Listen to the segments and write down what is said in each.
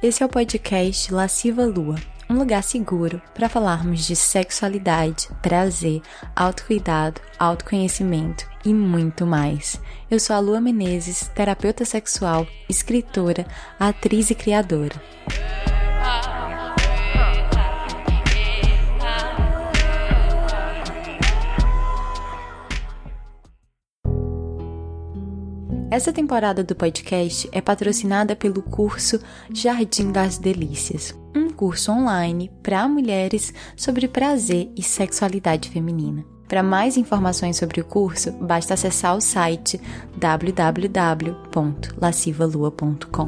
Esse é o podcast Lasciva Lua, um lugar seguro para falarmos de sexualidade, prazer, autocuidado, autoconhecimento e muito mais. Eu sou a Lua Menezes, terapeuta sexual, escritora, atriz e criadora. Essa temporada do podcast é patrocinada pelo curso Jardim das Delícias, um curso online para mulheres sobre prazer e sexualidade feminina. Para mais informações sobre o curso, basta acessar o site www.lascivalua.com.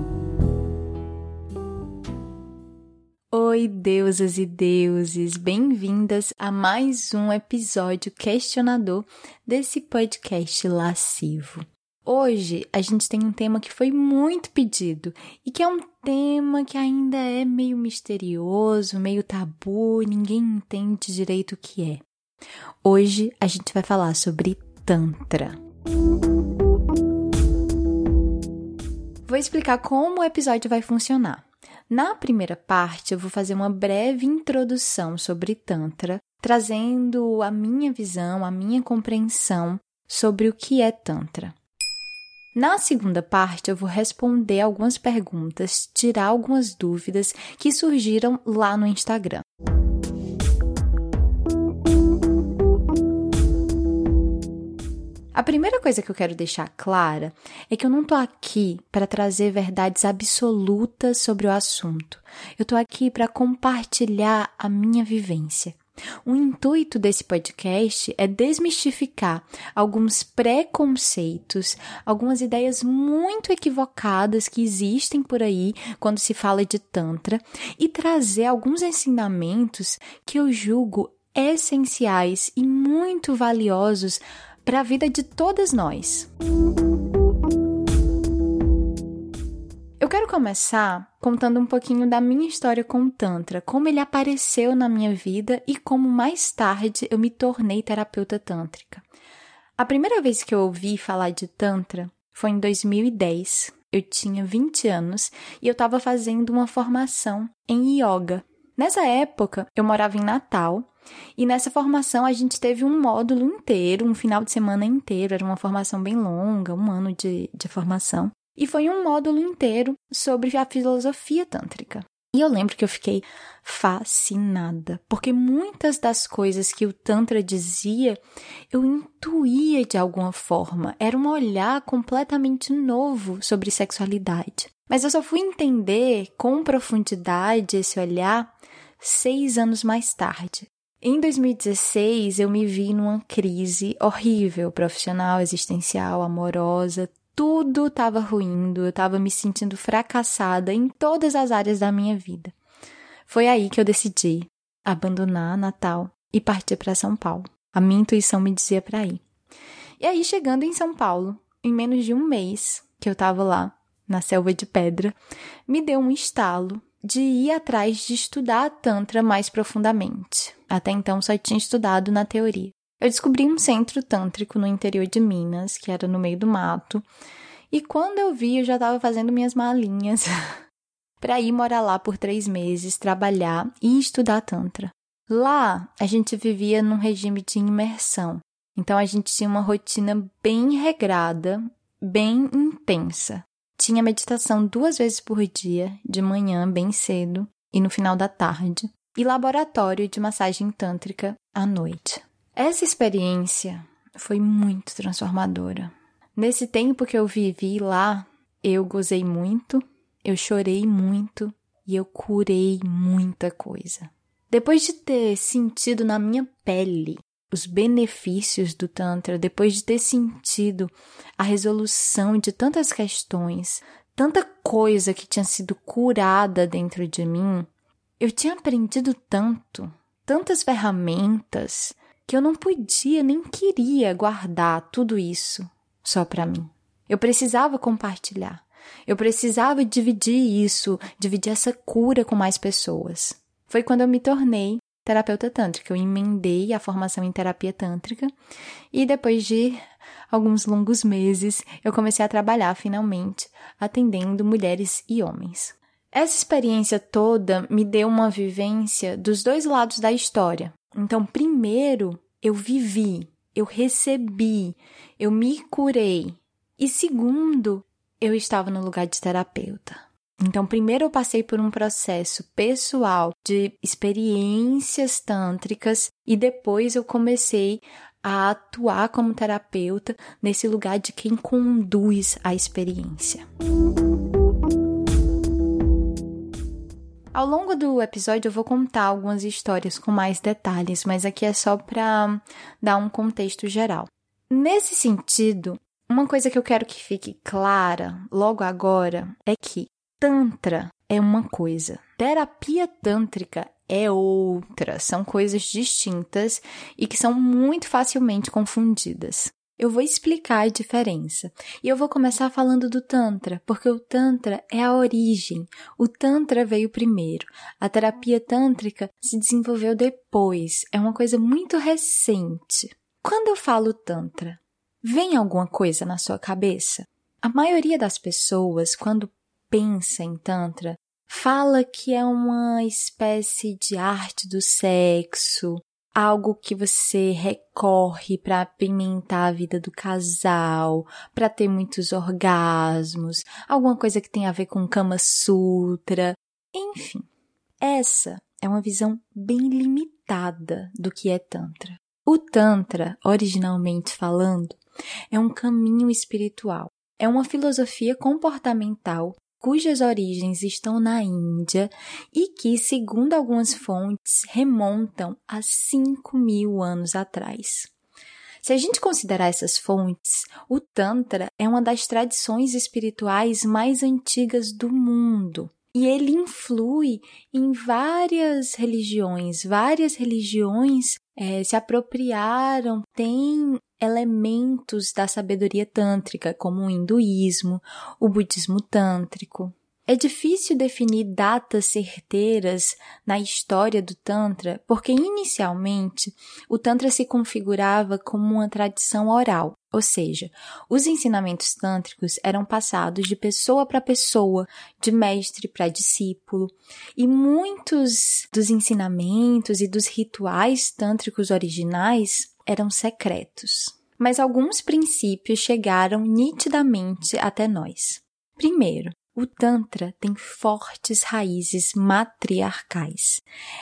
Oi, deusas e deuses! Bem-vindas a mais um episódio questionador desse podcast lascivo. Hoje a gente tem um tema que foi muito pedido e que é um tema que ainda é meio misterioso, meio tabu, ninguém entende direito o que é. Hoje a gente vai falar sobre Tantra. Vou explicar como o episódio vai funcionar. Na primeira parte eu vou fazer uma breve introdução sobre Tantra, trazendo a minha visão, a minha compreensão sobre o que é Tantra. Na segunda parte, eu vou responder algumas perguntas, tirar algumas dúvidas que surgiram lá no Instagram. A primeira coisa que eu quero deixar clara é que eu não estou aqui para trazer verdades absolutas sobre o assunto. Eu estou aqui para compartilhar a minha vivência. O intuito desse podcast é desmistificar alguns preconceitos, algumas ideias muito equivocadas que existem por aí quando se fala de Tantra e trazer alguns ensinamentos que eu julgo essenciais e muito valiosos para a vida de todas nós. Eu quero começar contando um pouquinho da minha história com o Tantra, como ele apareceu na minha vida e como mais tarde eu me tornei terapeuta tântrica. A primeira vez que eu ouvi falar de Tantra foi em 2010. Eu tinha 20 anos e eu estava fazendo uma formação em yoga. Nessa época, eu morava em Natal e nessa formação a gente teve um módulo inteiro, um final de semana inteiro. Era uma formação bem longa, um ano de formação. E foi um módulo inteiro sobre a filosofia tântrica. E eu lembro que eu fiquei fascinada, porque muitas das coisas que o Tantra dizia, eu intuía de alguma forma. Era um olhar completamente novo sobre sexualidade. Mas eu só fui entender com profundidade esse olhar 6 anos mais tarde. Em 2016, eu me vi numa crise horrível, profissional, existencial, amorosa. Tudo estava ruindo, eu estava me sentindo fracassada em todas as áreas da minha vida. Foi aí que eu decidi abandonar Natal e partir para São Paulo. A minha intuição me dizia para ir. E aí, chegando em São Paulo, em menos de um mês que eu estava lá, na selva de pedra, me deu um estalo de ir atrás de estudar a Tantra mais profundamente. Até então, só tinha estudado na teoria. Eu descobri um centro tântrico no interior de Minas, que era no meio do mato, e quando eu vi, eu já estava fazendo minhas malinhas para ir morar lá por 3 meses, trabalhar e estudar Tantra. Lá, a gente vivia num regime de imersão, então a gente tinha uma rotina bem regrada, bem intensa. Tinha meditação 2 vezes por dia, de manhã, bem cedo, e no final da tarde, e laboratório de massagem tântrica à noite. Essa experiência foi muito transformadora. Nesse tempo que eu vivi lá, eu gozei muito, eu chorei muito e eu curei muita coisa. Depois de ter sentido na minha pele os benefícios do Tantra, depois de ter sentido a resolução de tantas questões, tanta coisa que tinha sido curada dentro de mim, eu tinha aprendido tanto, tantas ferramentas, que eu não podia nem queria guardar tudo isso só para mim. Eu precisava compartilhar. Eu precisava dividir isso, dividir essa cura com mais pessoas. Foi quando eu me tornei terapeuta tântrica. Eu emendei a formação em terapia tântrica e depois de alguns longos meses eu comecei a trabalhar finalmente atendendo mulheres e homens. Essa experiência toda me deu uma vivência dos dois lados da história. Então, primeiro, eu vivi, eu recebi, eu me curei. E segundo, eu estava no lugar de terapeuta. Então, primeiro eu passei por um processo pessoal de experiências tântricas e depois eu comecei a atuar como terapeuta nesse lugar de quem conduz a experiência. Ao longo do episódio eu vou contar algumas histórias com mais detalhes, mas aqui é só para dar um contexto geral. Nesse sentido, uma coisa que eu quero que fique clara logo agora é que Tantra é uma coisa, terapia tântrica é outra, são coisas distintas e que são muito facilmente confundidas. Eu vou explicar a diferença. E eu vou começar falando do Tantra, porque o Tantra é a origem. O Tantra veio primeiro. A terapia tântrica se desenvolveu depois. É uma coisa muito recente. Quando eu falo Tantra, vem alguma coisa na sua cabeça? A maioria das pessoas, quando pensa em Tantra, fala que é uma espécie de arte do sexo, algo que você recorre para apimentar a vida do casal, para ter muitos orgasmos, alguma coisa que tem a ver com Kama Sutra, enfim. Essa é uma visão bem limitada do que é Tantra. O Tantra, originalmente falando, é um caminho espiritual, é uma filosofia comportamental cujas origens estão na Índia e que, segundo algumas fontes, remontam a 5.000 anos atrás. Se a gente considerar essas fontes, o Tantra é uma das tradições espirituais mais antigas do mundo. E ele influi em várias religiões. Várias religiões se apropriaram, têm elementos da sabedoria tântrica, como o hinduísmo, o budismo tântrico. É difícil definir datas certeiras na história do Tantra, porque inicialmente o Tantra se configurava como uma tradição oral, ou seja, os ensinamentos tântricos eram passados de pessoa para pessoa, de mestre para discípulo, e muitos dos ensinamentos e dos rituais tântricos originais eram secretos. Mas alguns princípios chegaram nitidamente até nós. Primeiro, o Tantra tem fortes raízes matriarcais.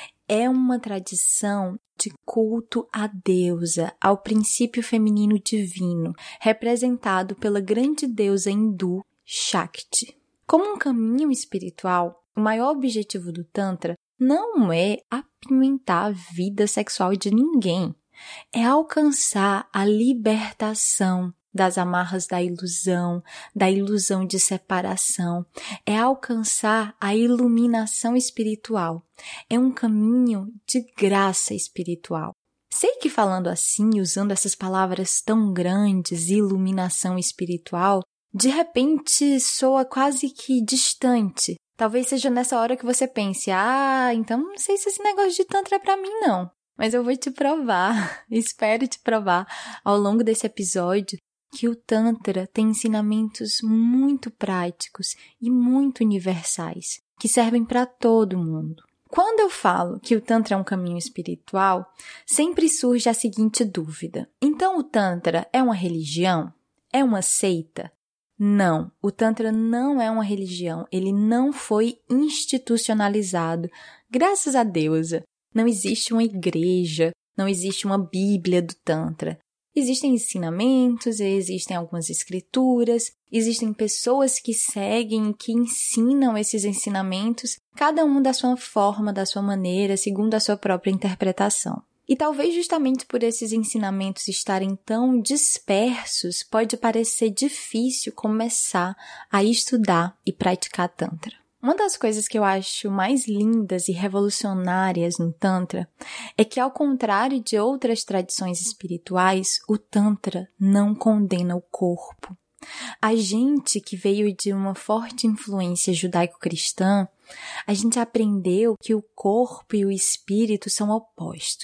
É uma tradição de culto à deusa, ao princípio feminino divino, representado pela grande deusa hindu Shakti. Como um caminho espiritual, o maior objetivo do Tantra não é apimentar a vida sexual de ninguém, é alcançar a libertação das amarras da ilusão de separação, é alcançar a iluminação espiritual, é um caminho de graça espiritual. Sei que falando assim, usando essas palavras tão grandes, iluminação espiritual, de repente soa quase que distante. Talvez seja nessa hora que você pense, então não sei se esse negócio de Tantra é pra mim não. Mas eu vou te provar, espero te provar ao longo desse episódio que o Tantra tem ensinamentos muito práticos e muito universais, que servem para todo mundo. Quando eu falo que o Tantra é um caminho espiritual, sempre surge a seguinte dúvida. Então o Tantra é uma religião? É uma seita? Não, o Tantra não é uma religião, ele não foi institucionalizado, graças a deusa. Não existe uma igreja, não existe uma Bíblia do Tantra. Existem ensinamentos, existem algumas escrituras, existem pessoas que seguem e que ensinam esses ensinamentos, cada um da sua forma, da sua maneira, segundo a sua própria interpretação. E talvez justamente por esses ensinamentos estarem tão dispersos, pode parecer difícil começar a estudar e praticar Tantra. Uma das coisas que eu acho mais lindas e revolucionárias no Tantra é que, ao contrário de outras tradições espirituais, o Tantra não condena o corpo. A gente que veio de uma forte influência judaico-cristã, a gente aprendeu que o corpo e o espírito são opostos,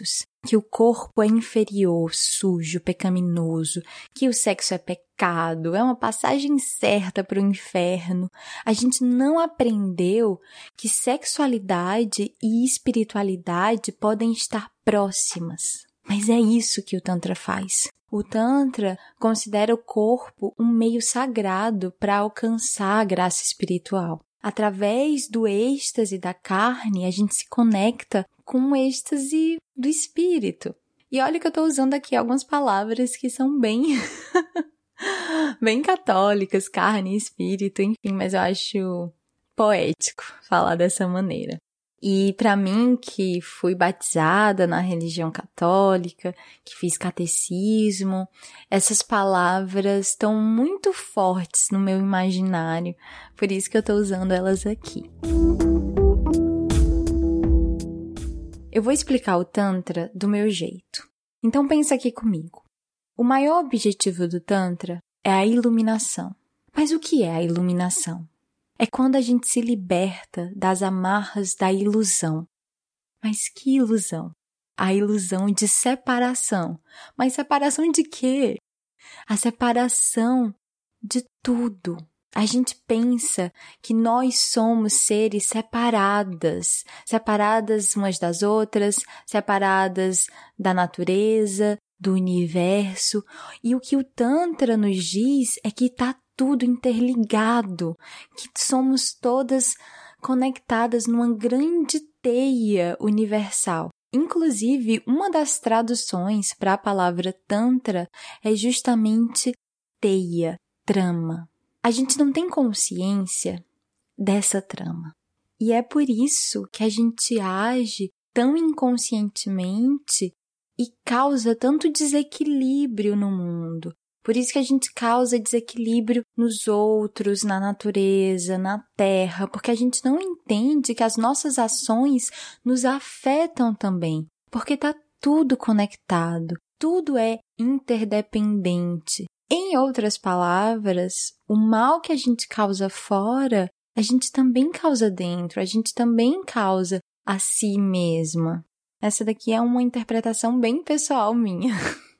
que o corpo é inferior, sujo, pecaminoso, que o sexo é pecado, é uma passagem certa para o inferno. A gente não aprendeu que sexualidade e espiritualidade podem estar próximas. Mas é isso que o Tantra faz. O Tantra considera o corpo um meio sagrado para alcançar a graça espiritual. Através do êxtase da carne, a gente se conecta com o êxtase do espírito. E olha que eu estou usando aqui algumas palavras que são bem, bem católicas, carne, espírito, enfim, mas eu acho poético falar dessa maneira. E para mim, que fui batizada na religião católica, que fiz catecismo, essas palavras estão muito fortes no meu imaginário, por isso que eu estou usando elas aqui. Eu vou explicar o Tantra do meu jeito. Então pensa aqui comigo. O maior objetivo do Tantra é a iluminação. Mas o que é a iluminação? É quando a gente se liberta das amarras da ilusão. Mas que ilusão? A ilusão de separação. Mas separação de quê? A separação de tudo. A gente pensa que nós somos seres separadas umas das outras, separadas da natureza, do universo. E o que o Tantra nos diz é que está tudo interligado, que somos todas conectadas numa grande teia universal. Inclusive, uma das traduções para a palavra Tantra é justamente teia, trama. A gente não tem consciência dessa trama. E é por isso que a gente age tão inconscientemente e causa tanto desequilíbrio no mundo. Por isso que a gente causa desequilíbrio nos outros, na natureza, na terra, porque a gente não entende que as nossas ações nos afetam também, porque está tudo conectado, tudo é interdependente. Em outras palavras, o mal que a gente causa fora, a gente também causa dentro, a gente também causa a si mesma. Essa daqui é uma interpretação bem pessoal minha.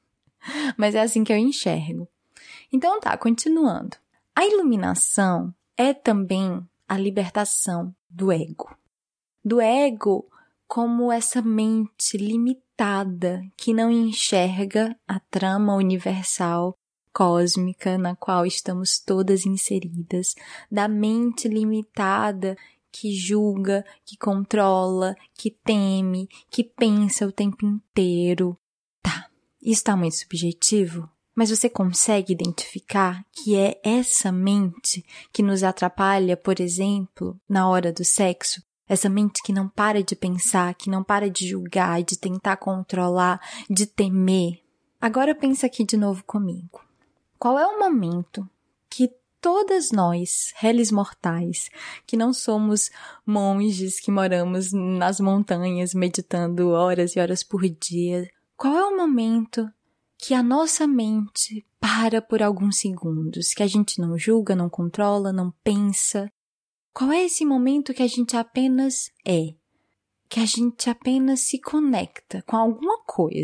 Mas é assim que eu enxergo. Então tá, continuando. A iluminação é também a libertação do ego. Do ego como essa mente limitada que não enxerga a trama universal, cósmica, na qual estamos todas inseridas. Da mente limitada que julga, que controla, que teme, que pensa o tempo inteiro. Isso está muito subjetivo, mas você consegue identificar que é essa mente que nos atrapalha, por exemplo, na hora do sexo? Essa mente que não para de pensar, que não para de julgar, de tentar controlar, de temer. Agora pensa aqui de novo comigo. Qual é o momento que todas nós, réis mortais, que não somos monges que moramos nas montanhas meditando horas e horas por dia, qual é o momento que a nossa mente para por alguns segundos, que a gente não julga, não controla, não pensa? Qual é esse momento que a gente apenas é? Que a gente apenas se conecta com alguma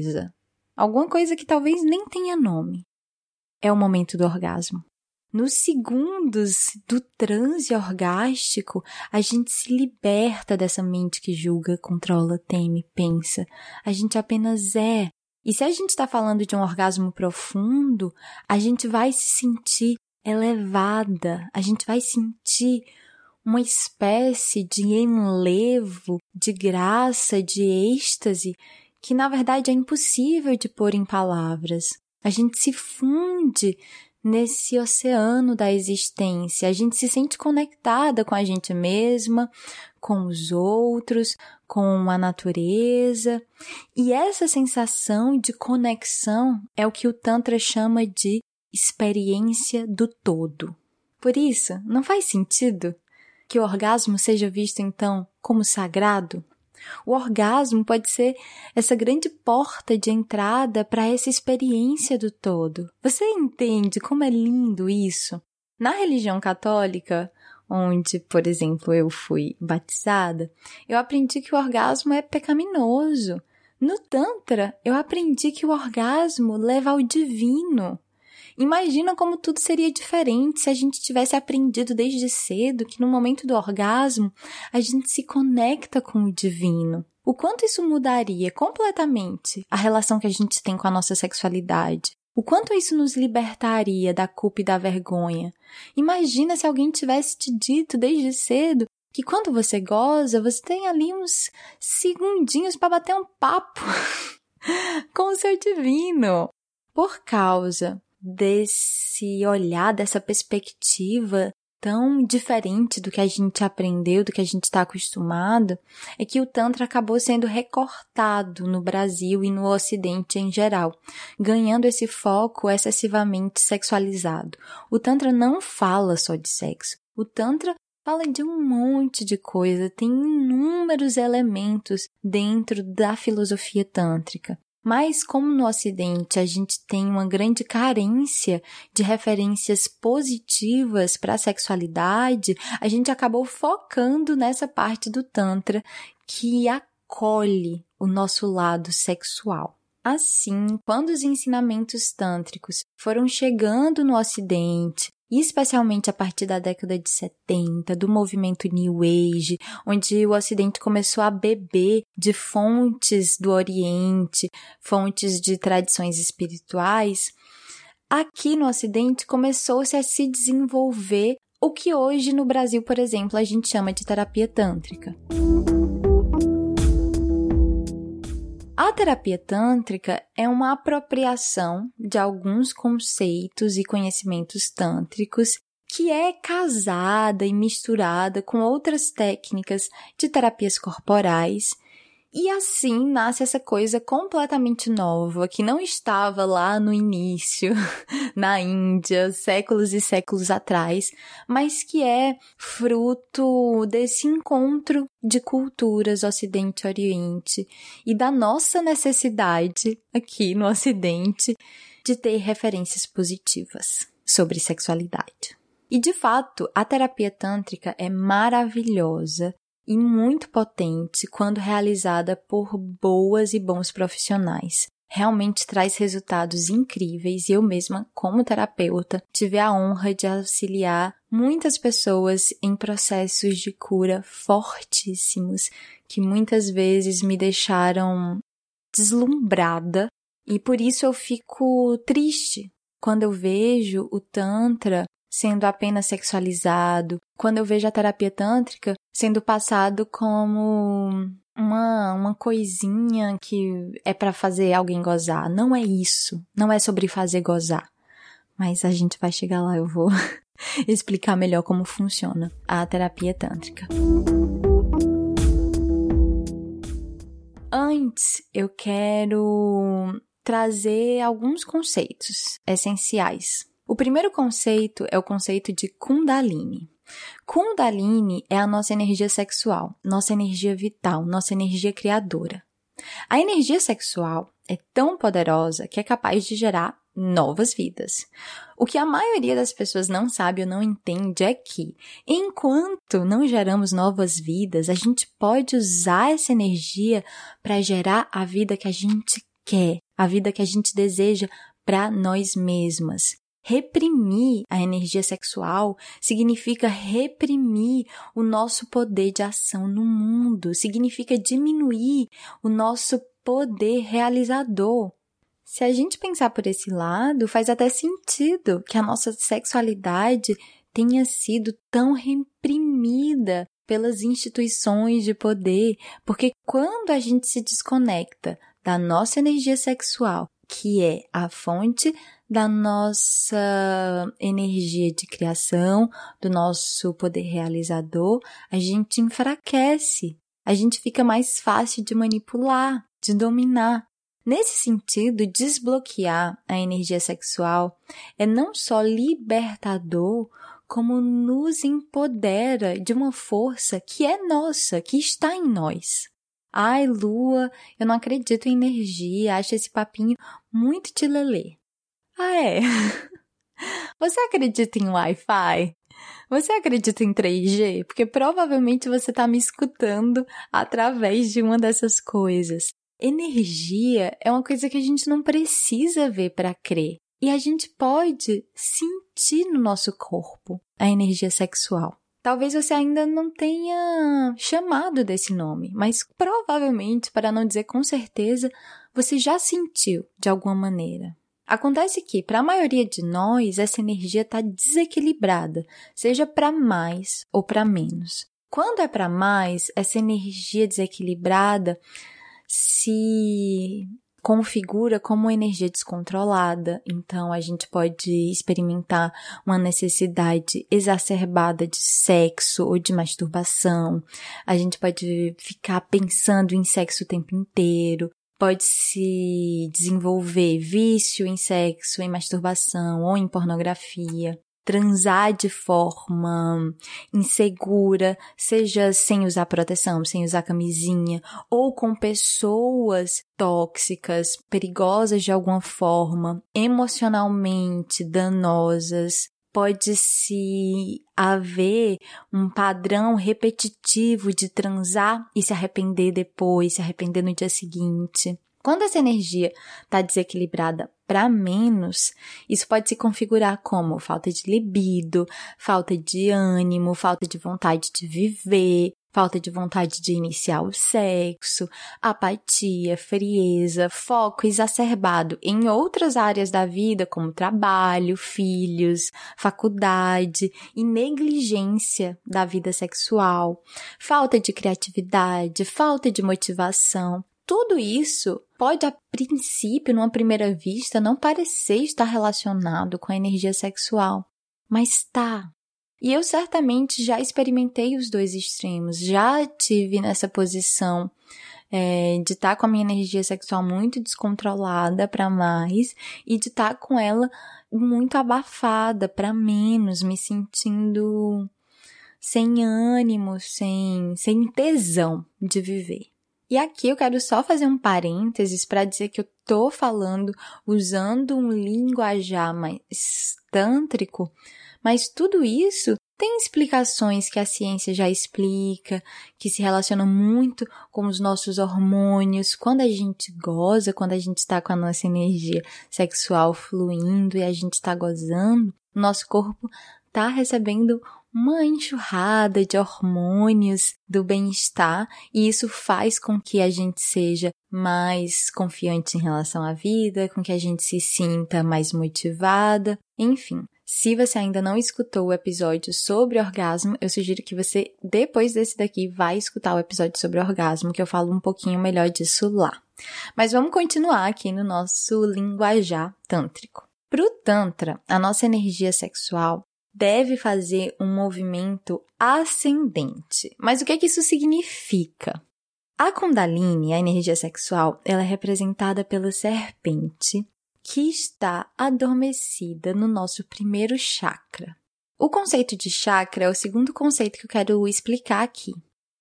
coisa que talvez nem tenha nome? É o momento do orgasmo. Nos segundos do transe orgástico, a gente se liberta dessa mente que julga, controla, teme, pensa. A gente apenas é. E se a gente está falando de um orgasmo profundo, a gente vai se sentir elevada, a gente vai sentir uma espécie de enlevo, de graça, de êxtase, que na verdade é impossível de pôr em palavras. A gente se funde nesse oceano da existência, a gente se sente conectada com a gente mesma, com os outros, com a natureza. E essa sensação de conexão é o que o Tantra chama de experiência do todo. Por isso, não faz sentido que o orgasmo seja visto, então, como sagrado? O orgasmo pode ser essa grande porta de entrada para essa experiência do todo. Você entende como é lindo isso? Na religião católica, onde, por exemplo, eu fui batizada, eu aprendi que o orgasmo é pecaminoso. No Tantra, eu aprendi que o orgasmo leva ao divino. Imagina como tudo seria diferente se a gente tivesse aprendido desde cedo que no momento do orgasmo a gente se conecta com o divino. O quanto isso mudaria completamente a relação que a gente tem com a nossa sexualidade. O quanto isso nos libertaria da culpa e da vergonha. Imagina se alguém tivesse te dito desde cedo que quando você goza, você tem ali uns segundinhos para bater um papo com o seu divino. Por causa desse olhar, dessa perspectiva tão diferente do que a gente aprendeu, do que a gente está acostumado, é que o Tantra acabou sendo recortado no Brasil e no Ocidente em geral, ganhando esse foco excessivamente sexualizado. O Tantra não fala só de sexo. O Tantra fala de um monte de coisa, tem inúmeros elementos dentro da filosofia tântrica. Mas como no Ocidente a gente tem uma grande carência de referências positivas para a sexualidade, a gente acabou focando nessa parte do Tantra que acolhe o nosso lado sexual. Assim, quando os ensinamentos tântricos foram chegando no Ocidente, e especialmente a partir da década de 70, do movimento New Age, onde o Ocidente começou a beber de fontes do Oriente, fontes de tradições espirituais, aqui no Ocidente começou-se a se desenvolver o que hoje no Brasil, por exemplo, a gente chama de terapia tântrica. A terapia tântrica é uma apropriação de alguns conceitos e conhecimentos tântricos que é casada e misturada com outras técnicas de terapias corporais. E assim nasce essa coisa completamente nova, que não estava lá no início, na Índia, séculos e séculos atrás, mas que é fruto desse encontro de culturas Ocidente e Oriente e da nossa necessidade aqui no Ocidente de ter referências positivas sobre sexualidade. E de fato, a terapia tântrica é maravilhosa e muito potente quando realizada por boas e bons profissionais. Realmente traz resultados incríveis e eu mesma, como terapeuta, tive a honra de auxiliar muitas pessoas em processos de cura fortíssimos que muitas vezes me deixaram deslumbrada e por isso eu fico triste quando eu vejo o Tantra sendo apenas sexualizado, quando eu vejo a terapia tântrica sendo passado como uma coisinha que é para fazer alguém gozar. Não é isso, não é sobre fazer gozar. Mas a gente vai chegar lá, eu vou explicar melhor como funciona a terapia tântrica. Antes, eu quero trazer alguns conceitos essenciais. O primeiro conceito é o conceito de Kundalini. Kundalini é a nossa energia sexual, nossa energia vital, nossa energia criadora. A energia sexual é tão poderosa que é capaz de gerar novas vidas. O que a maioria das pessoas não sabe ou não entende é que, enquanto não geramos novas vidas, a gente pode usar essa energia para gerar a vida que a gente quer, a vida que a gente deseja para nós mesmas. Reprimir a energia sexual significa reprimir o nosso poder de ação no mundo, significa diminuir o nosso poder realizador. Se a gente pensar por esse lado, faz até sentido que a nossa sexualidade tenha sido tão reprimida pelas instituições de poder, porque quando a gente se desconecta da nossa energia sexual, que é a fonte da nossa energia de criação, do nosso poder realizador, a gente enfraquece, a gente fica mais fácil de manipular, de dominar. Nesse sentido, desbloquear a energia sexual é não só libertador, como nos empodera de uma força que é nossa, que está em nós. Ai, Lua, eu não acredito em energia, acho esse papinho muito tilelê. Ah, é? Você acredita em Wi-Fi? Você acredita em 3G? Porque provavelmente você está me escutando através de uma dessas coisas. Energia é uma coisa que a gente não precisa ver para crer. E a gente pode sentir no nosso corpo a energia sexual. Talvez você ainda não tenha chamado desse nome, mas provavelmente, para não dizer com certeza, você já sentiu de alguma maneira. Acontece que, para a maioria de nós, essa energia está desequilibrada, seja para mais ou para menos. Quando é para mais, essa energia desequilibrada se configura como uma energia descontrolada, então a gente pode experimentar uma necessidade exacerbada de sexo ou de masturbação, a gente pode ficar pensando em sexo o tempo inteiro, pode se desenvolver vício em sexo, em masturbação ou em pornografia. Transar de forma insegura, seja sem usar proteção, sem usar camisinha, ou com pessoas tóxicas, perigosas de alguma forma, emocionalmente danosas. Pode-se haver um padrão repetitivo de transar e se arrepender depois, se arrepender no dia seguinte. Quando essa energia está desequilibrada para menos, isso pode se configurar como falta de libido, falta de ânimo, falta de vontade de viver, falta de vontade de iniciar o sexo, apatia, frieza, foco exacerbado em outras áreas da vida, como trabalho, filhos, faculdade e negligência da vida sexual, falta de criatividade, falta de motivação. Tudo isso pode, a princípio, numa primeira vista, não parecer estar relacionado com a energia sexual, mas está. E eu certamente já experimentei os dois extremos, já tive nessa posição de estar com a minha energia sexual muito descontrolada para mais e de estar com ela muito abafada para menos, me sentindo sem ânimo, sem tesão de viver. E aqui eu quero só fazer um parênteses para dizer que eu tô falando usando um linguajar mais tântrico, mas tudo isso tem explicações que a ciência já explica, que se relacionam muito com os nossos hormônios. Quando a gente goza, quando a gente está com a nossa energia sexual fluindo e a gente está gozando, o nosso corpo está recebendo uma enxurrada de hormônios do bem-estar e isso faz com que a gente seja mais confiante em relação à vida, com que a gente se sinta mais motivada, enfim. Se você ainda não escutou o episódio sobre orgasmo, eu sugiro que você, depois desse daqui, vá escutar o episódio sobre orgasmo, que eu falo um pouquinho melhor disso lá. Mas vamos continuar aqui no nosso linguajar tântrico. Para o Tantra, a nossa energia sexual deve fazer um movimento ascendente. Mas o que isso significa? A Kundalini, a energia sexual, ela é representada pela serpente que está adormecida no nosso primeiro chakra. O conceito de chakra é o segundo conceito que eu quero explicar aqui.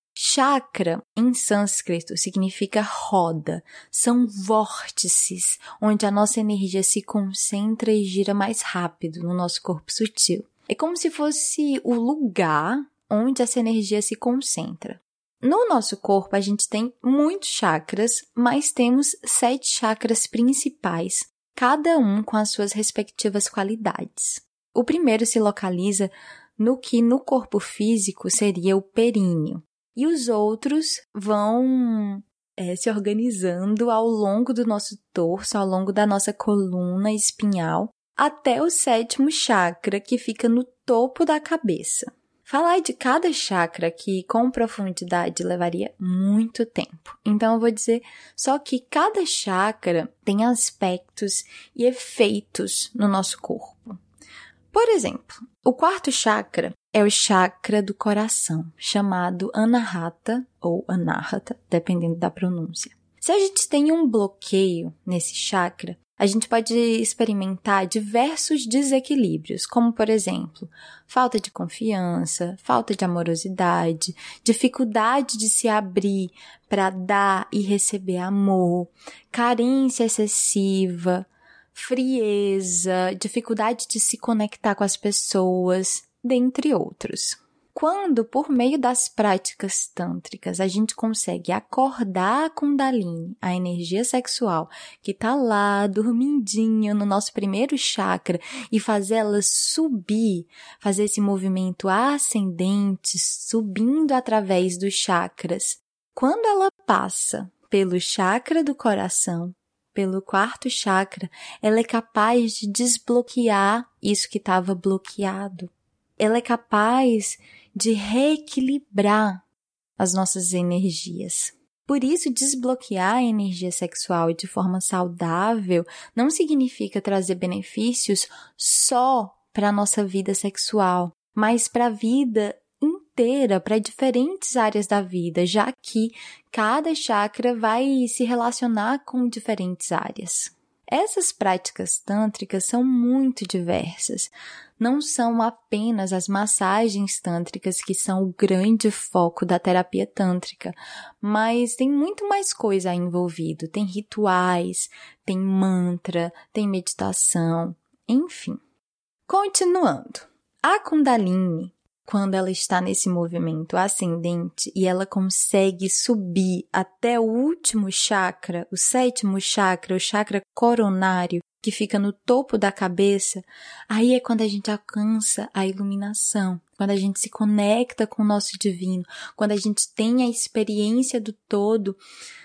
Chakra, em sânscrito, significa roda. São vórtices onde a nossa energia se concentra e gira mais rápido no nosso corpo sutil. É como se fosse o lugar onde essa energia se concentra. No nosso corpo, a gente tem muitos chakras, mas temos 7 chakras principais, cada um com as suas respectivas qualidades. O primeiro se localiza no que no corpo físico seria o períneo, e os outros vão se organizando ao longo do nosso torso, ao longo da nossa coluna espinhal, até o 7º chakra, que fica no topo da cabeça. Falar de cada chakra aqui com profundidade levaria muito tempo. Então eu vou dizer só que cada chakra tem aspectos e efeitos no nosso corpo. Por exemplo, o 4º chakra é o chakra do coração, chamado Anahata ou Anahata, dependendo da pronúncia. Se a gente tem um bloqueio nesse chakra, a gente pode experimentar diversos desequilíbrios, como, por exemplo, falta de confiança, falta de amorosidade, dificuldade de se abrir para dar e receber amor, carência excessiva, frieza, dificuldade de se conectar com as pessoas, dentre outros. Quando, por meio das práticas tântricas, a gente consegue acordar a Kundalini, a energia sexual, que está lá, dormindinha no nosso primeiro chakra, e fazer ela subir, fazer esse movimento ascendente, subindo através dos chakras. Quando ela passa pelo chakra do coração, pelo 4º chakra, ela é capaz de desbloquear isso que estava bloqueado. Ela é capaz de reequilibrar as nossas energias. Por isso, desbloquear a energia sexual de forma saudável não significa trazer benefícios só para a nossa vida sexual, mas para a vida inteira, para diferentes áreas da vida, já que cada chakra vai se relacionar com diferentes áreas. Essas práticas tântricas são muito diversas. Não são apenas as massagens tântricas que são o grande foco da terapia tântrica, mas tem muito mais coisa aí envolvido. Tem rituais, tem mantra, tem meditação, enfim. Continuando, a Kundalini, quando ela está nesse movimento ascendente e ela consegue subir até o último chakra, o 7º chakra, o chakra coronário, que fica no topo da cabeça, aí é quando a gente alcança a iluminação, quando a gente se conecta com o nosso divino, quando a gente tem a experiência do todo,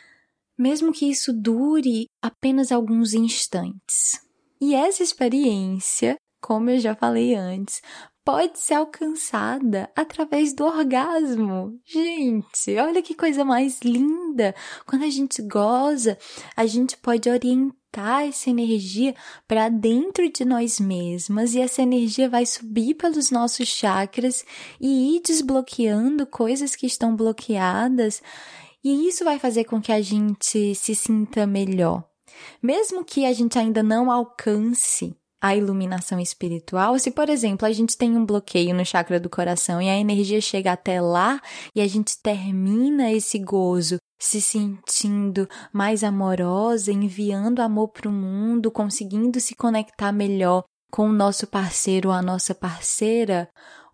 mesmo que isso dure apenas alguns instantes. E essa experiência, como eu já falei antes, pode ser alcançada através do orgasmo. Gente, olha que coisa mais linda! Quando a gente goza, a gente pode orientar essa energia para dentro de nós mesmas e essa energia vai subir pelos nossos chakras e ir desbloqueando coisas que estão bloqueadas e isso vai fazer com que a gente se sinta melhor. Mesmo que a gente ainda não alcance a iluminação espiritual, se, por exemplo, a gente tem um bloqueio no chakra do coração e a energia chega até lá e a gente termina esse gozo se sentindo mais amorosa, enviando amor para o mundo, conseguindo se conectar melhor com o nosso parceiro ou a nossa parceira,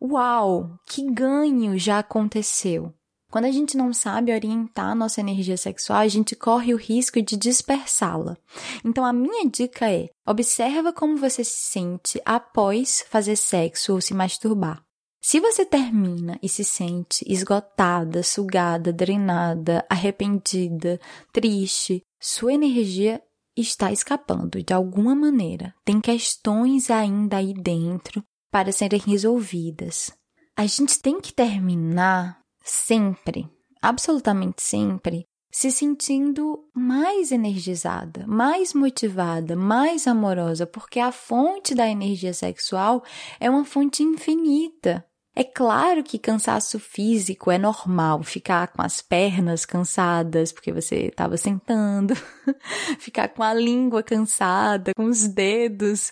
uau, que ganho já aconteceu! Quando a gente não sabe orientar a nossa energia sexual, a gente corre o risco de dispersá-la. Então, a minha dica é, observa como você se sente após fazer sexo ou se masturbar. Se você termina e se sente esgotada, sugada, drenada, arrependida, triste, sua energia está escapando de alguma maneira. Tem questões ainda aí dentro para serem resolvidas. A gente tem que terminar sempre, absolutamente sempre, se sentindo mais energizada, mais motivada, mais amorosa, porque a fonte da energia sexual é uma fonte infinita. É claro que cansaço físico é normal, ficar com as pernas cansadas porque você estava sentando, ficar com a língua cansada, com os dedos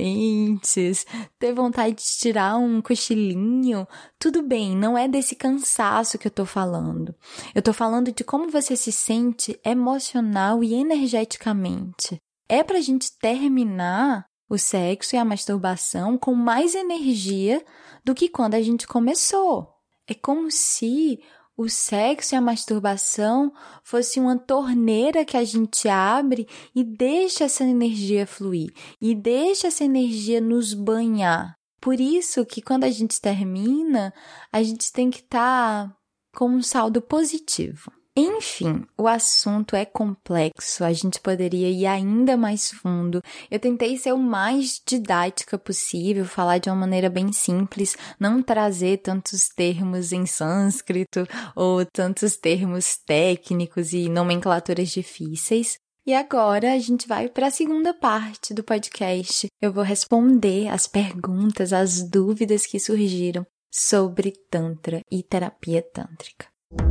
dormentes, ter vontade de tirar um cochilinho. Tudo bem, não é desse cansaço que eu tô falando. Eu tô falando de como você se sente emocional e energeticamente. É pra gente terminar o sexo e a masturbação com mais energia do que quando a gente começou. É como se o sexo e a masturbação fosse uma torneira que a gente abre e deixa essa energia fluir, e deixa essa energia nos banhar. Por isso que quando a gente termina, a gente tem que estar com um saldo positivo. Enfim, o assunto é complexo, a gente poderia ir ainda mais fundo. Eu tentei ser o mais didática possível, falar de uma maneira bem simples, não trazer tantos termos em sânscrito ou tantos termos técnicos e nomenclaturas difíceis. E agora a gente vai para a segunda parte do podcast. Eu vou responder as perguntas, as dúvidas que surgiram sobre Tantra e terapia tântrica.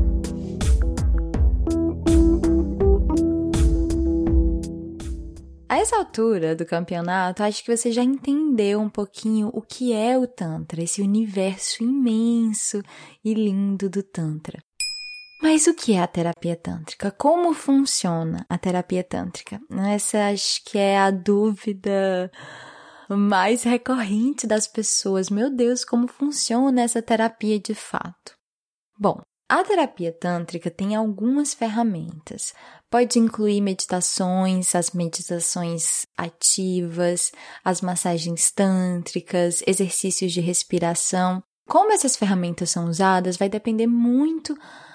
A essa altura do campeonato, acho que você já entendeu um pouquinho o que é o Tantra, esse universo imenso e lindo do Tantra. Mas o que é a terapia tântrica? Como funciona a terapia tântrica? Essa acho que é a dúvida mais recorrente das pessoas. Meu Deus, como funciona essa terapia de fato? Bom, a terapia tântrica tem algumas ferramentas. Pode incluir meditações, as meditações ativas, as massagens tântricas, exercícios de respiração. Como essas ferramentas são usadas vai depender muito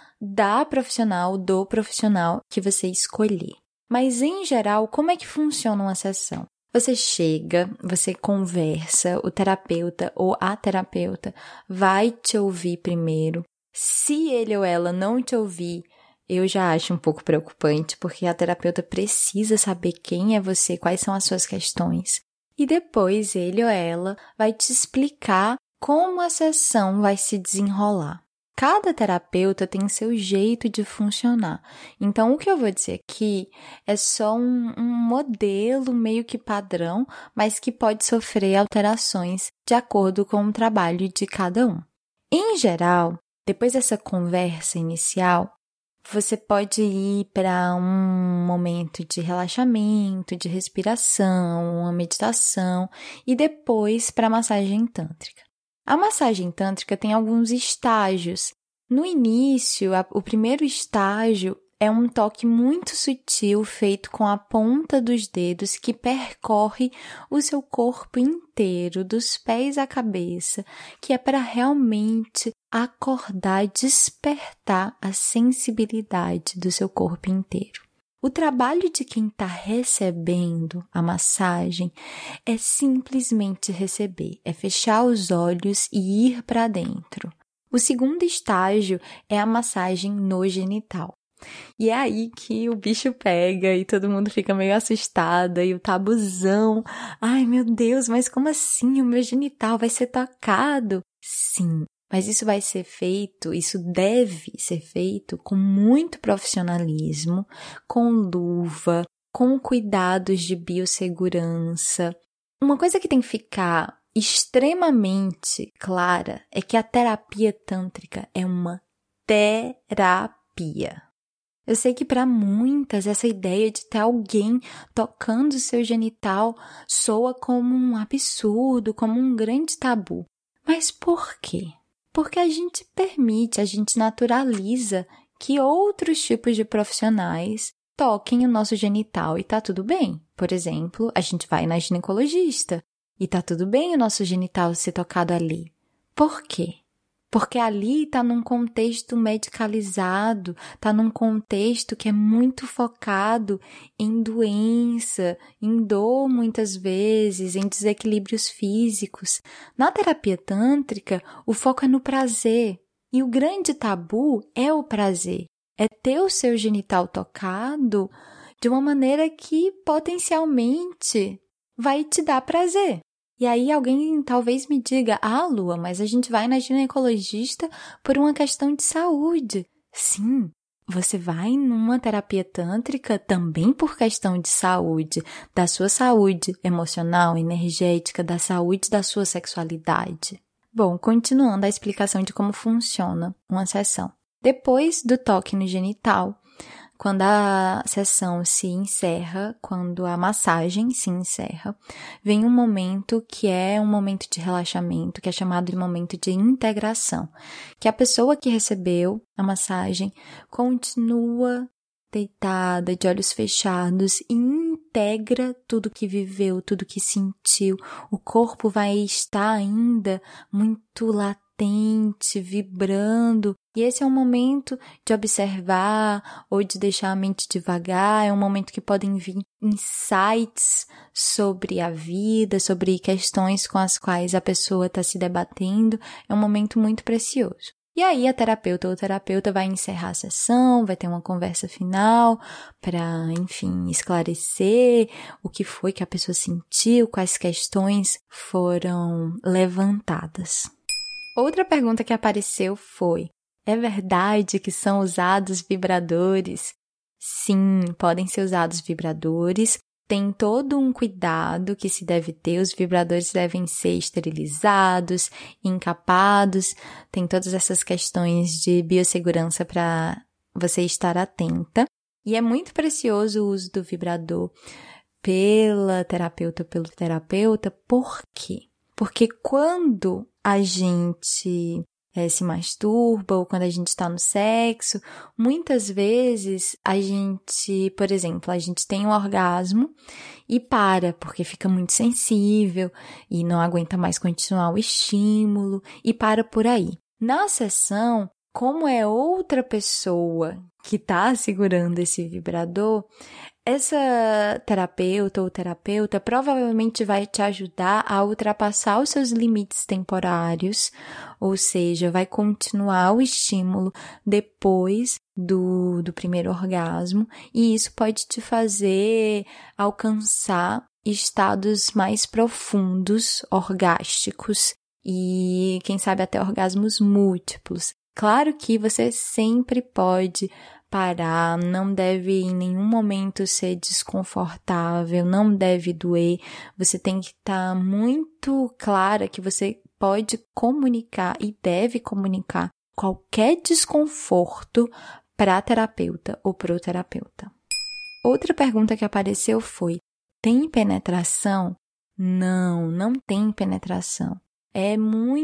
do profissional que você escolher. Mas, em geral, como é que funciona uma sessão? Você chega, você conversa, o terapeuta ou a terapeuta vai te ouvir primeiro. Se ele ou ela não te ouvir, eu já acho um pouco preocupante, porque a terapeuta precisa saber quem é você, quais são as suas questões. E depois ele ou ela vai te explicar como a sessão vai se desenrolar. Cada terapeuta tem seu jeito de funcionar. Então, o que eu vou dizer aqui é só um modelo meio que padrão, mas que pode sofrer alterações de acordo com o trabalho de cada um. Em geral, depois dessa conversa inicial, você pode ir para um momento de relaxamento, de respiração, uma meditação e depois para a massagem tântrica. A massagem tântrica tem alguns estágios. No início, o primeiro estágio é um toque muito sutil feito com a ponta dos dedos que percorre o seu corpo inteiro, dos pés à cabeça, que é para realmente acordar, despertar a sensibilidade do seu corpo inteiro. O trabalho de quem está recebendo a massagem é simplesmente receber, é fechar os olhos e ir para dentro. O segundo estágio é a massagem no genital. E é aí que o bicho pega e todo mundo fica meio assustada e o tabuzão. Ai, meu Deus, mas como assim? O meu genital vai ser tocado? Sim, mas isso vai ser feito, isso deve ser feito com muito profissionalismo, com luva, com cuidados de biossegurança. Uma coisa que tem que ficar extremamente clara é que a terapia tântrica é uma terapia. Eu sei que para muitas essa ideia de ter alguém tocando o seu genital soa como um absurdo, como um grande tabu. Mas por quê? Porque a gente permite, a gente naturaliza que outros tipos de profissionais toquem o nosso genital e tá tudo bem. Por exemplo, a gente vai na ginecologista e tá tudo bem o nosso genital ser tocado ali. Por quê? Porque ali está num contexto medicalizado, está num contexto que é muito focado em doença, em dor muitas vezes, em desequilíbrios físicos. Na terapia tântrica, o foco é no prazer. E o grande tabu é o prazer. É ter o seu genital tocado de uma maneira que potencialmente vai te dar prazer. E aí alguém talvez me diga, Lua, mas a gente vai na ginecologista por uma questão de saúde. Sim, você vai numa terapia tântrica também por questão de saúde, da sua saúde emocional, energética, da saúde da sua sexualidade. Bom, continuando a explicação de como funciona uma sessão. Depois do toque no genital, quando a sessão se encerra, quando a massagem se encerra, vem um momento que é um momento de relaxamento, que é chamado de momento de integração, que a pessoa que recebeu a massagem continua deitada, de olhos fechados e integra tudo que viveu, tudo que sentiu. O corpo vai estar ainda muito latente, vibrando. E esse é um momento de observar ou de deixar a mente devagar, é um momento que podem vir insights sobre a vida, sobre questões com as quais a pessoa está se debatendo, é um momento muito precioso. E aí a terapeuta ou o terapeuta vai encerrar a sessão, vai ter uma conversa final para, enfim, esclarecer o que foi que a pessoa sentiu, quais questões foram levantadas. Outra pergunta que apareceu foi: é verdade que são usados vibradores? Sim, podem ser usados vibradores. Tem todo um cuidado que se deve ter. Os vibradores devem ser esterilizados, encapados. Tem todas essas questões de biossegurança para você estar atenta. E é muito precioso o uso do vibrador pela terapeuta ou pelo terapeuta. Por quê? Porque quando a gente se masturba ou quando a gente está no sexo, muitas vezes a gente, por exemplo, a gente tem um orgasmo e para, porque fica muito sensível e não aguenta mais continuar o estímulo e para por aí. Na sessão, como é outra pessoa que está segurando esse vibrador, essa terapeuta ou terapeuta provavelmente vai te ajudar a ultrapassar os seus limites temporários, ou seja, vai continuar o estímulo depois do primeiro orgasmo, e isso pode te fazer alcançar estados mais profundos, orgásticos, e quem sabe até orgasmos múltiplos. Claro que você sempre pode parar, não deve em nenhum momento ser desconfortável, não deve doer. Você tem que estar muito clara que você pode comunicar e deve comunicar qualquer desconforto para a terapeuta ou para o terapeuta. Outra pergunta que apareceu foi: tem penetração? Não, não tem penetração. É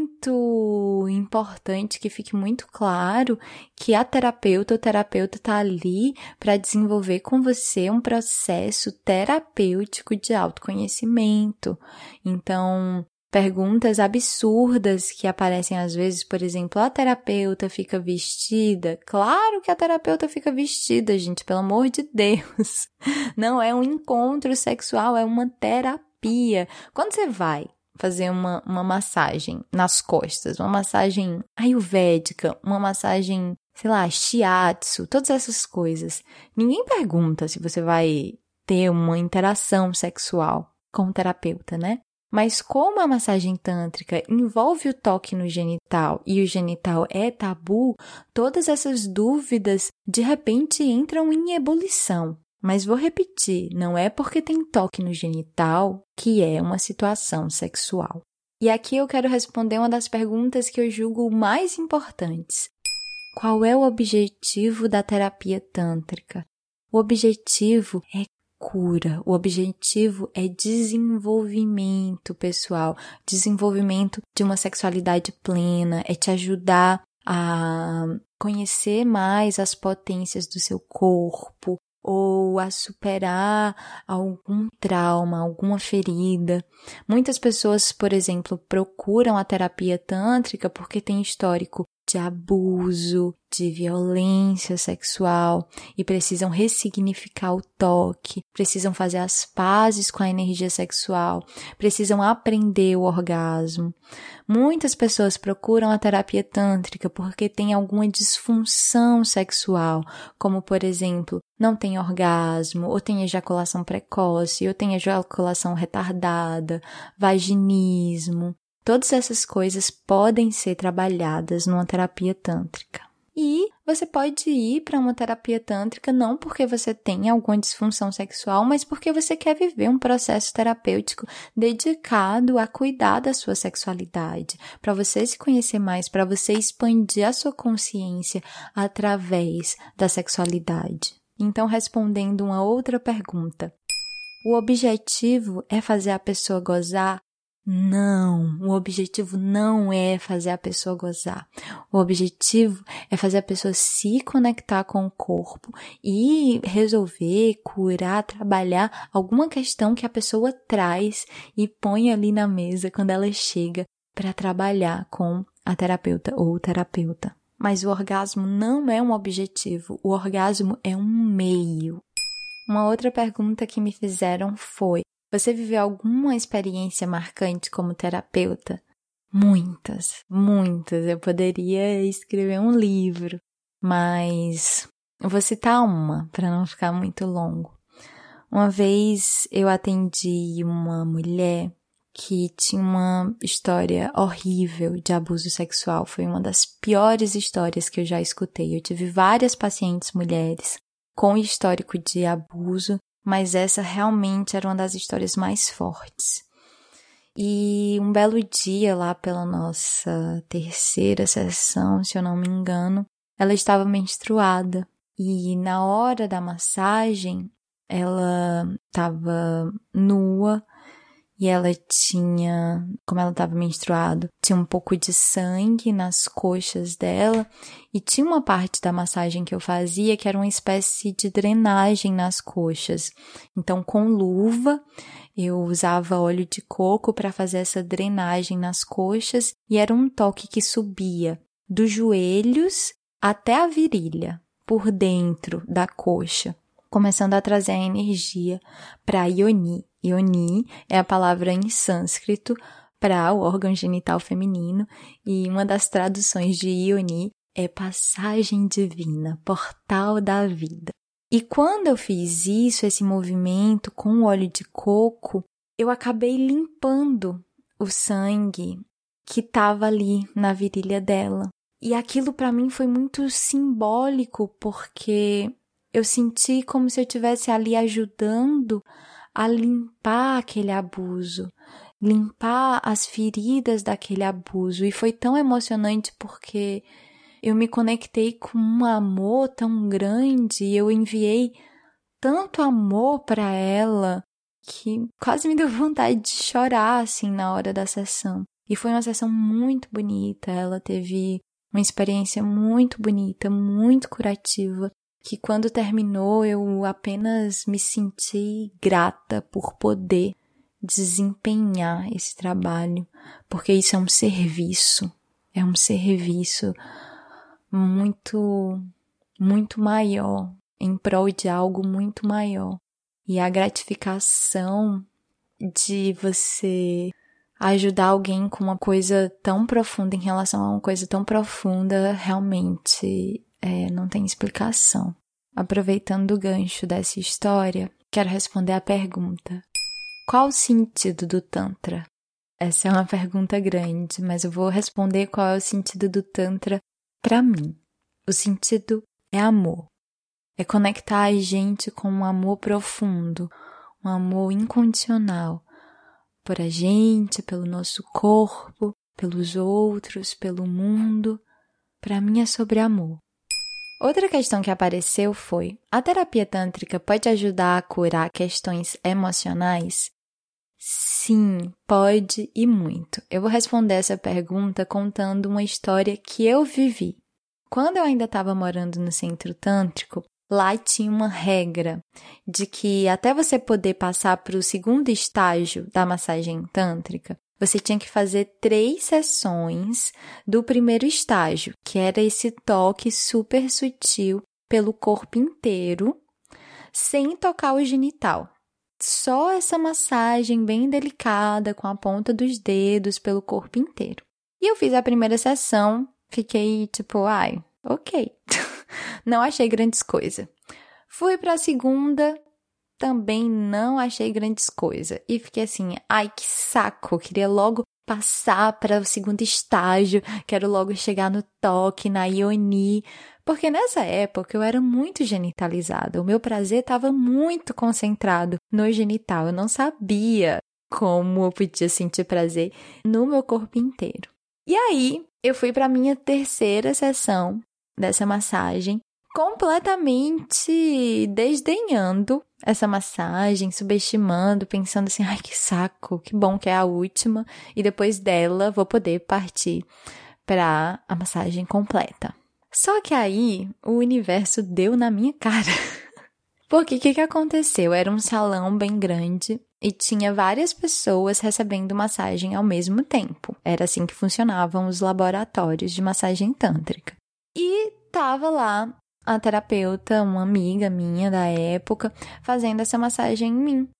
muito importante que fique muito claro que a terapeuta ou terapeuta está ali para desenvolver com você um processo terapêutico de autoconhecimento. Então, perguntas absurdas que aparecem às vezes, por exemplo, a terapeuta fica vestida? Claro que a terapeuta fica vestida, gente, pelo amor de Deus. Não é um encontro sexual, é uma terapia. Quando você vai fazer uma massagem nas costas, uma massagem ayurvédica, uma massagem, sei lá, shiatsu, todas essas coisas. Ninguém pergunta se você vai ter uma interação sexual com o terapeuta, né? Mas como a massagem tântrica envolve o toque no genital e o genital é tabu, todas essas dúvidas de repente entram em ebulição. Mas vou repetir, não é porque tem toque no genital que é uma situação sexual. E aqui eu quero responder uma das perguntas que eu julgo mais importantes. Qual é o objetivo da terapia tântrica? O objetivo é cura, o objetivo é desenvolvimento pessoal, desenvolvimento de uma sexualidade plena, é te ajudar a conhecer mais as potências do seu corpo, ou a superar algum trauma, alguma ferida. Muitas pessoas, por exemplo, procuram a terapia tântrica porque tem histórico de abuso, de violência sexual e precisam ressignificar o toque, precisam fazer as pazes com a energia sexual, precisam aprender o orgasmo. Muitas pessoas procuram a terapia tântrica porque tem alguma disfunção sexual, como, por exemplo, não tem orgasmo, ou tem ejaculação precoce, ou tem ejaculação retardada, vaginismo. Todas essas coisas podem ser trabalhadas numa terapia tântrica. E você pode ir para uma terapia tântrica não porque você tem alguma disfunção sexual, mas porque você quer viver um processo terapêutico dedicado a cuidar da sua sexualidade, para você se conhecer mais, para você expandir a sua consciência através da sexualidade. Então, respondendo uma outra pergunta, o objetivo é fazer a pessoa gozar? Não, o objetivo não é fazer a pessoa gozar. O objetivo é fazer a pessoa se conectar com o corpo e resolver, curar, trabalhar alguma questão que a pessoa traz e põe ali na mesa quando ela chega para trabalhar com a terapeuta ou o terapeuta. Mas o orgasmo não é um objetivo, o orgasmo é um meio. Uma outra pergunta que me fizeram foi: você viveu alguma experiência marcante como terapeuta? Muitas, muitas. Eu poderia escrever um livro, mas eu vou citar uma para não ficar muito longo. Uma vez eu atendi uma mulher que tinha uma história horrível de abuso sexual. Foi uma das piores histórias que eu já escutei. Eu tive várias pacientes mulheres com histórico de abuso, mas essa realmente era uma das histórias mais fortes. E um belo dia, lá pela nossa terceira sessão, se eu não me engano, ela estava menstruada. E na hora da massagem, ela estava nua e ela tinha, como ela estava menstruada, tinha um pouco de sangue nas coxas dela e tinha uma parte da massagem que eu fazia que era uma espécie de drenagem nas coxas. Então, com luva, eu usava óleo de coco para fazer essa drenagem nas coxas e era um toque que subia dos joelhos até a virilha, por dentro da coxa, começando a trazer a energia para a Yoni. Yoni é a palavra em sânscrito para o órgão genital feminino e uma das traduções de Yoni é passagem divina, portal da vida. E quando eu fiz isso, esse movimento com o óleo de coco, eu acabei limpando o sangue que estava ali na virilha dela. E aquilo para mim foi muito simbólico porque eu senti como se eu estivesse ali ajudando a limpar aquele abuso, limpar as feridas daquele abuso. E foi tão emocionante porque eu me conectei com um amor tão grande e eu enviei tanto amor para ela que quase me deu vontade de chorar assim na hora da sessão. E foi uma sessão muito bonita, ela teve uma experiência muito bonita, muito curativa, que quando terminou eu apenas me senti grata por poder desempenhar esse trabalho, porque isso é um serviço muito, muito maior, em prol de algo muito maior. E a gratificação de você ajudar alguém com uma coisa tão profunda em relação a uma coisa tão profunda, realmente não tem explicação. Aproveitando o gancho dessa história, quero responder a pergunta: qual o sentido do Tantra? Essa é uma pergunta grande, mas eu vou responder qual é o sentido do Tantra para mim. O sentido é amor. É conectar a gente com um amor profundo, um amor incondicional. Por a gente, pelo nosso corpo, pelos outros, pelo mundo. Para mim é sobre amor. Outra questão que apareceu foi: a terapia tântrica pode ajudar a curar questões emocionais? Sim, pode e muito. Eu vou responder essa pergunta contando uma história que eu vivi. Quando eu ainda estava morando no centro tântrico, lá tinha uma regra de que até você poder passar para o segundo estágio da massagem tântrica, você tinha que fazer 3 sessões do primeiro estágio, que era esse toque super sutil pelo corpo inteiro, sem tocar o genital. Só essa massagem bem delicada, com a ponta dos dedos pelo corpo inteiro. E eu fiz a primeira sessão, fiquei tipo, ok. Não achei grandes coisas. Fui para a segunda, também não achei grandes coisas. E fiquei assim, que saco, queria logo passar para o segundo estágio, quero logo chegar no toque, na Yoni. Porque nessa época eu era muito genitalizada, o meu prazer estava muito concentrado no genital. Eu não sabia como eu podia sentir prazer no meu corpo inteiro. E aí, eu fui para a minha terceira sessão dessa massagem, completamente desdenhando essa massagem, subestimando, pensando assim, que saco, que bom que é a última, e depois dela vou poder partir para a massagem completa. Só que aí, o universo deu na minha cara. Porque o que aconteceu? Era um salão bem grande e tinha várias pessoas recebendo massagem ao mesmo tempo. Era assim que funcionavam os laboratórios de massagem tântrica. E tava lá a terapeuta, uma amiga minha da época, fazendo essa massagem em mim.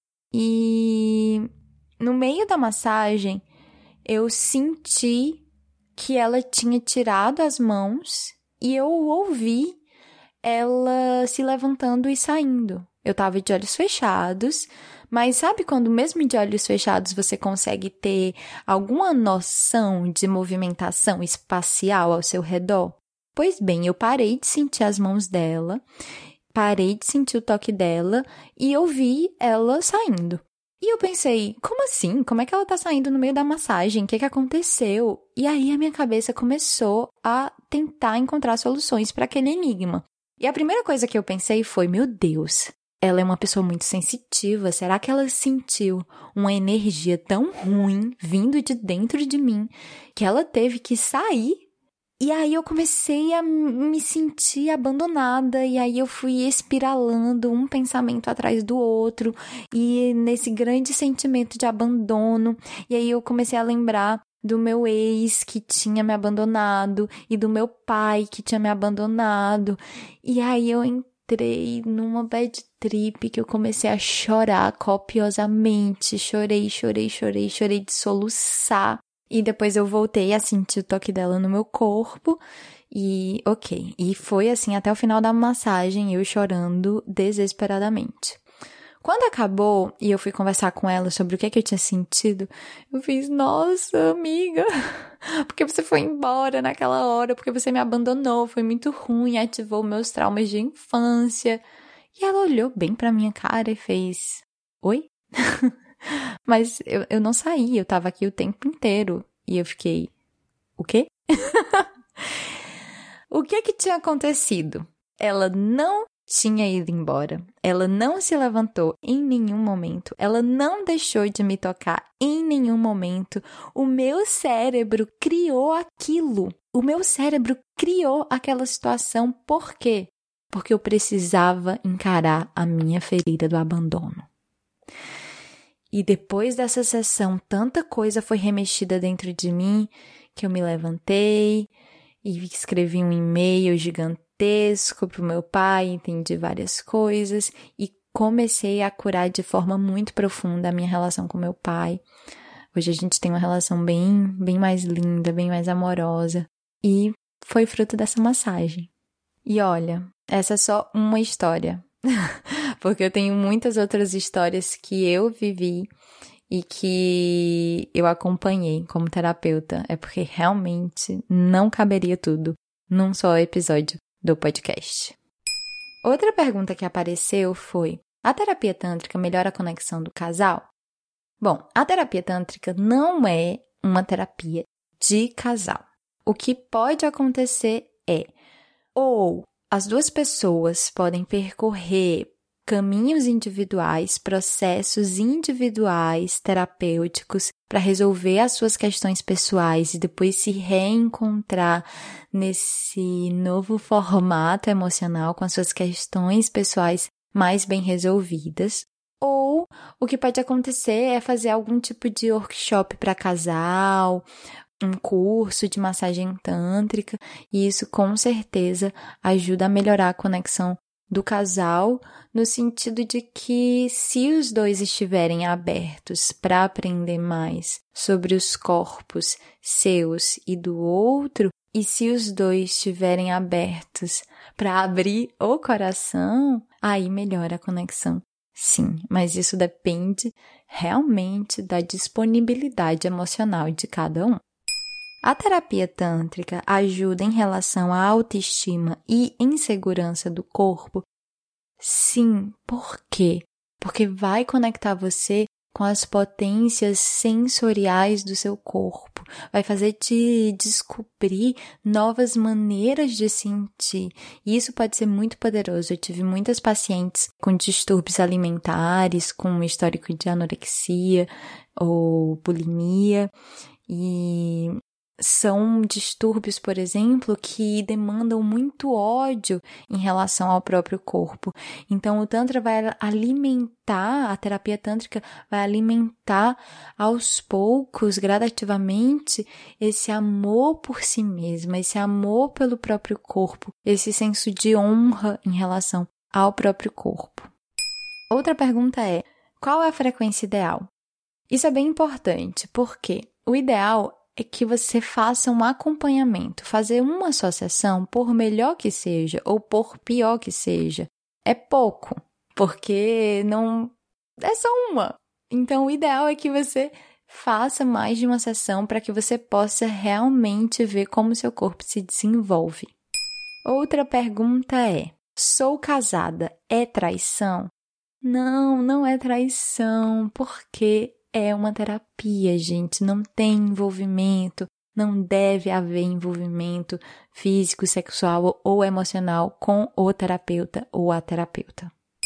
E no meio da massagem, eu senti que ela tinha tirado as mãos e eu ouvi ela se levantando e saindo. Eu tava de olhos fechados, mas sabe quando mesmo de olhos fechados você consegue ter alguma noção de movimentação espacial ao seu redor? Pois bem, eu parei de sentir as mãos dela, parei de sentir o toque dela e ouvi ela saindo. E eu pensei, como assim? Como é que ela tá saindo no meio da massagem? O que aconteceu? E aí a minha cabeça começou a tentar encontrar soluções para aquele enigma. E a primeira coisa que eu pensei foi, meu Deus, ela é uma pessoa muito sensitiva. Será que ela sentiu uma energia tão ruim vindo de dentro de mim que ela teve que sair? E aí eu comecei a me sentir abandonada, e aí eu fui espiralando um pensamento atrás do outro, e nesse grande sentimento de abandono, e aí eu comecei a lembrar do meu ex que tinha me abandonado, e do meu pai que tinha me abandonado, e aí eu entrei numa bad trip que eu comecei a chorar copiosamente, chorei de soluçar. E depois eu voltei a sentir o toque dela no meu corpo e ok. E foi assim até o final da massagem, eu chorando desesperadamente. Quando acabou e eu fui conversar com ela sobre o que eu tinha sentido, eu fiz, nossa, amiga, porque você foi embora naquela hora, porque você me abandonou, foi muito ruim, ativou meus traumas de infância. E ela olhou bem pra minha cara e fez, oi? Mas eu não saí, eu tava aqui o tempo inteiro. E eu fiquei, o quê? O que tinha acontecido? Ela não tinha ido embora. Ela não se levantou em nenhum momento. Ela não deixou de me tocar em nenhum momento. O meu cérebro criou aquilo. O meu cérebro criou aquela situação. Por quê? Porque eu precisava encarar a minha ferida do abandono. E depois dessa sessão, tanta coisa foi remexida dentro de mim que eu me levantei e escrevi um e-mail gigantesco para o meu pai, entendi várias coisas e comecei a curar de forma muito profunda a minha relação com meu pai. Hoje a gente tem uma relação bem mais linda, bem mais amorosa e foi fruto dessa massagem. E olha, essa é só uma história. Porque eu tenho muitas outras histórias que eu vivi e que eu acompanhei como terapeuta. É porque realmente não caberia tudo num só episódio do podcast. Outra pergunta que apareceu foi: a terapia tântrica melhora a conexão do casal? Bom, a terapia tântrica não é uma terapia de casal. O que pode acontecer é ou as duas pessoas podem percorrer caminhos individuais, processos individuais, terapêuticos, para resolver as suas questões pessoais e depois se reencontrar nesse novo formato emocional com as suas questões pessoais mais bem resolvidas. Ou o que pode acontecer é fazer algum tipo de workshop para casal, um curso de massagem tântrica, e isso com certeza ajuda a melhorar a conexão do casal, no sentido de que se os dois estiverem abertos para aprender mais sobre os corpos seus e do outro, e se os dois estiverem abertos para abrir o coração, aí melhora a conexão. Sim, mas isso depende realmente da disponibilidade emocional de cada um. A terapia tântrica ajuda em relação à autoestima e insegurança do corpo? Sim, por quê? Porque vai conectar você com as potências sensoriais do seu corpo, vai fazer te descobrir novas maneiras de sentir, e isso pode ser muito poderoso. Eu tive muitas pacientes com distúrbios alimentares, com histórico de anorexia ou bulimia, e são distúrbios, por exemplo, que demandam muito ódio em relação ao próprio corpo. Então, o Tantra vai alimentar, a terapia tântrica vai alimentar aos poucos, gradativamente, esse amor por si mesma, esse amor pelo próprio corpo, esse senso de honra em relação ao próprio corpo. Outra pergunta é: qual é a frequência ideal? Isso é bem importante, porque o ideal é que você faça um acompanhamento. Fazer uma só sessão, por melhor que seja ou por pior que seja, é pouco, porque não é só uma. Então, o ideal é que você faça mais de uma sessão para que você possa realmente ver como seu corpo se desenvolve. Outra pergunta é: sou casada, é traição? Não, não é traição, porque é uma terapia, gente, não tem envolvimento, não deve haver envolvimento físico, sexual ou emocional com o terapeuta ou a terapeuta.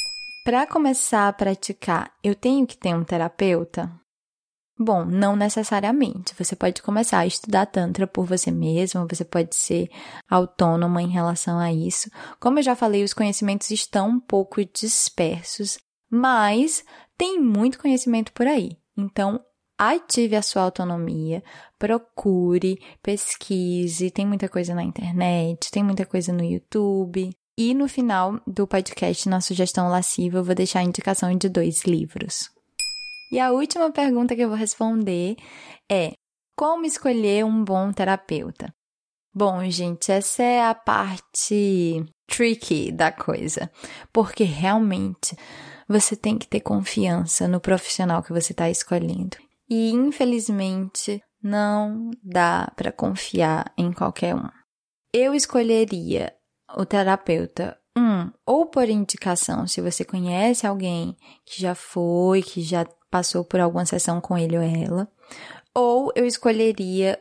Para começar a praticar, eu tenho que ter um terapeuta? Bom, não necessariamente. Você pode começar a estudar Tantra por você mesma, você pode ser autônoma em relação a isso. Como eu já falei, os conhecimentos estão um pouco dispersos, mas tem muito conhecimento por aí. Então, ative a sua autonomia, procure, pesquise, tem muita coisa na internet, tem muita coisa no YouTube. E no final do podcast, na sugestão lasciva, eu vou deixar a indicação de 2 livros. E a última pergunta que eu vou responder é: como escolher um bom terapeuta? Bom, gente, essa é a parte tricky da coisa, porque realmente você tem que ter confiança no profissional que você está escolhendo. E, infelizmente, não dá para confiar em qualquer um. Eu escolheria o terapeuta, ou por indicação, se você conhece alguém que já foi, que já passou por alguma sessão com ele ou ela, ou eu escolheria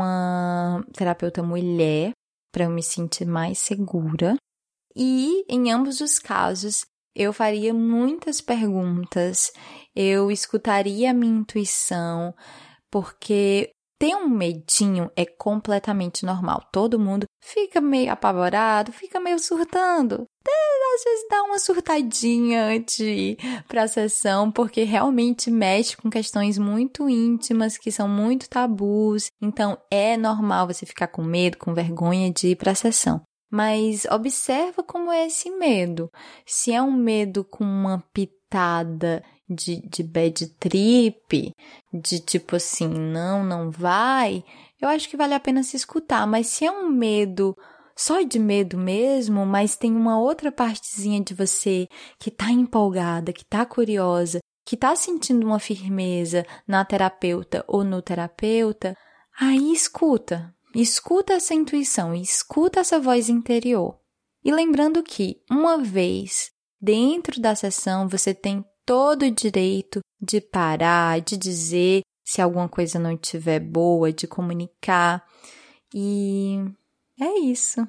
uma terapeuta mulher para eu me sentir mais segura. E, em ambos os casos, eu faria muitas perguntas, eu escutaria a minha intuição, porque ter um medinho é completamente normal. Todo mundo fica meio apavorado, fica meio surtando. Às vezes dá uma surtadinha antes de ir para a sessão, porque realmente mexe com questões muito íntimas, que são muito tabus. Então, é normal você ficar com medo, com vergonha de ir para a sessão. Mas observa como é esse medo. Se é um medo com uma pitada de bad trip, de tipo assim, não vai, eu acho que vale a pena se escutar. Mas se é um medo só de medo mesmo, mas tem uma outra partezinha de você que tá empolgada, que tá curiosa, que tá sentindo uma firmeza na terapeuta ou no terapeuta, aí escuta essa intuição, escuta essa voz interior. E lembrando que, uma vez dentro da sessão, você tem todo o direito de parar, de dizer se alguma coisa não estiver boa, de comunicar. E é isso.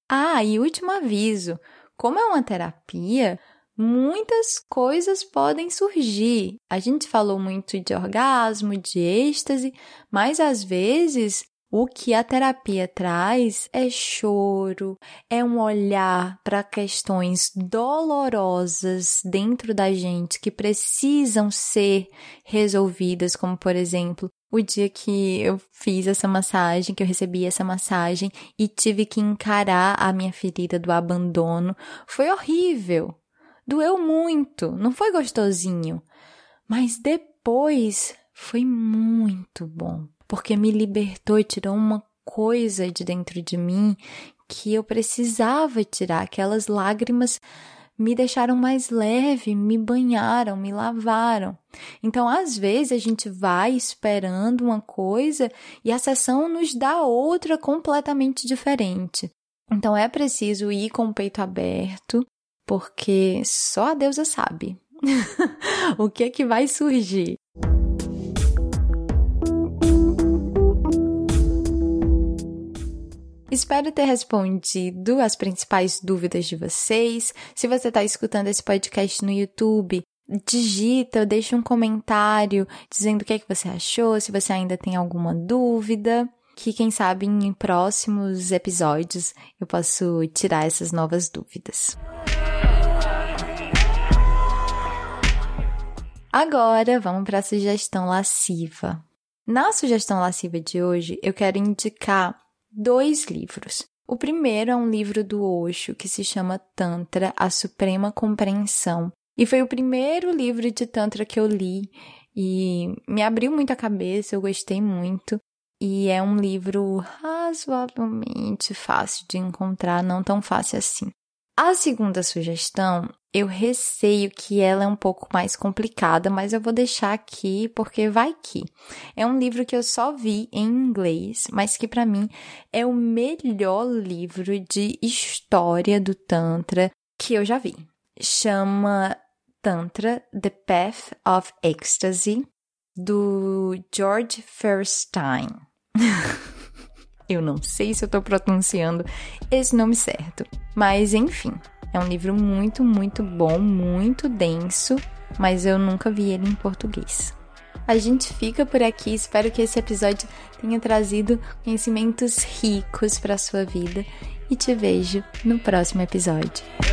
E último aviso. Como é uma terapia, muitas coisas podem surgir. A gente falou muito de orgasmo, de êxtase, mas às vezes o que a terapia traz é choro, é um olhar para questões dolorosas dentro da gente que precisam ser resolvidas, como, por exemplo, o dia que eu fiz essa massagem, que eu recebi essa massagem e tive que encarar a minha ferida do abandono. Foi horrível, doeu muito, não foi gostosinho, mas depois foi muito bom. Porque me libertou e tirou uma coisa de dentro de mim que eu precisava tirar. Aquelas lágrimas me deixaram mais leve, me banharam, me lavaram. Então, às vezes, a gente vai esperando uma coisa e a sessão nos dá outra completamente diferente. Então, é preciso ir com o peito aberto, porque só a deusa sabe o que é que vai surgir. Espero ter respondido as principais dúvidas de vocês. Se você está escutando esse podcast no YouTube, digita, deixa um comentário dizendo o que é que você achou, se você ainda tem alguma dúvida, que quem sabe em próximos episódios eu posso tirar essas novas dúvidas. Agora, vamos para a sugestão lasciva. Na sugestão lasciva de hoje, eu quero indicar 2 livros. O primeiro é um livro do Osho que se chama Tantra, a Suprema Compreensão. E foi o primeiro livro de Tantra que eu li e me abriu muito a cabeça, eu gostei muito. E é um livro razoavelmente fácil de encontrar, não tão fácil assim. A segunda sugestão, eu receio que ela é um pouco mais complicada, mas eu vou deixar aqui porque vai que. É um livro que eu só vi em inglês, mas que para mim é o melhor livro de história do Tantra que eu já vi. Chama Tantra, The Path of Ecstasy, do George Feuerstein. Eu não sei se eu estou pronunciando esse nome certo, mas enfim. É um livro muito, muito bom, muito denso, mas eu nunca vi ele em português. A gente fica por aqui, espero que esse episódio tenha trazido conhecimentos ricos para a sua vida e te vejo no próximo episódio.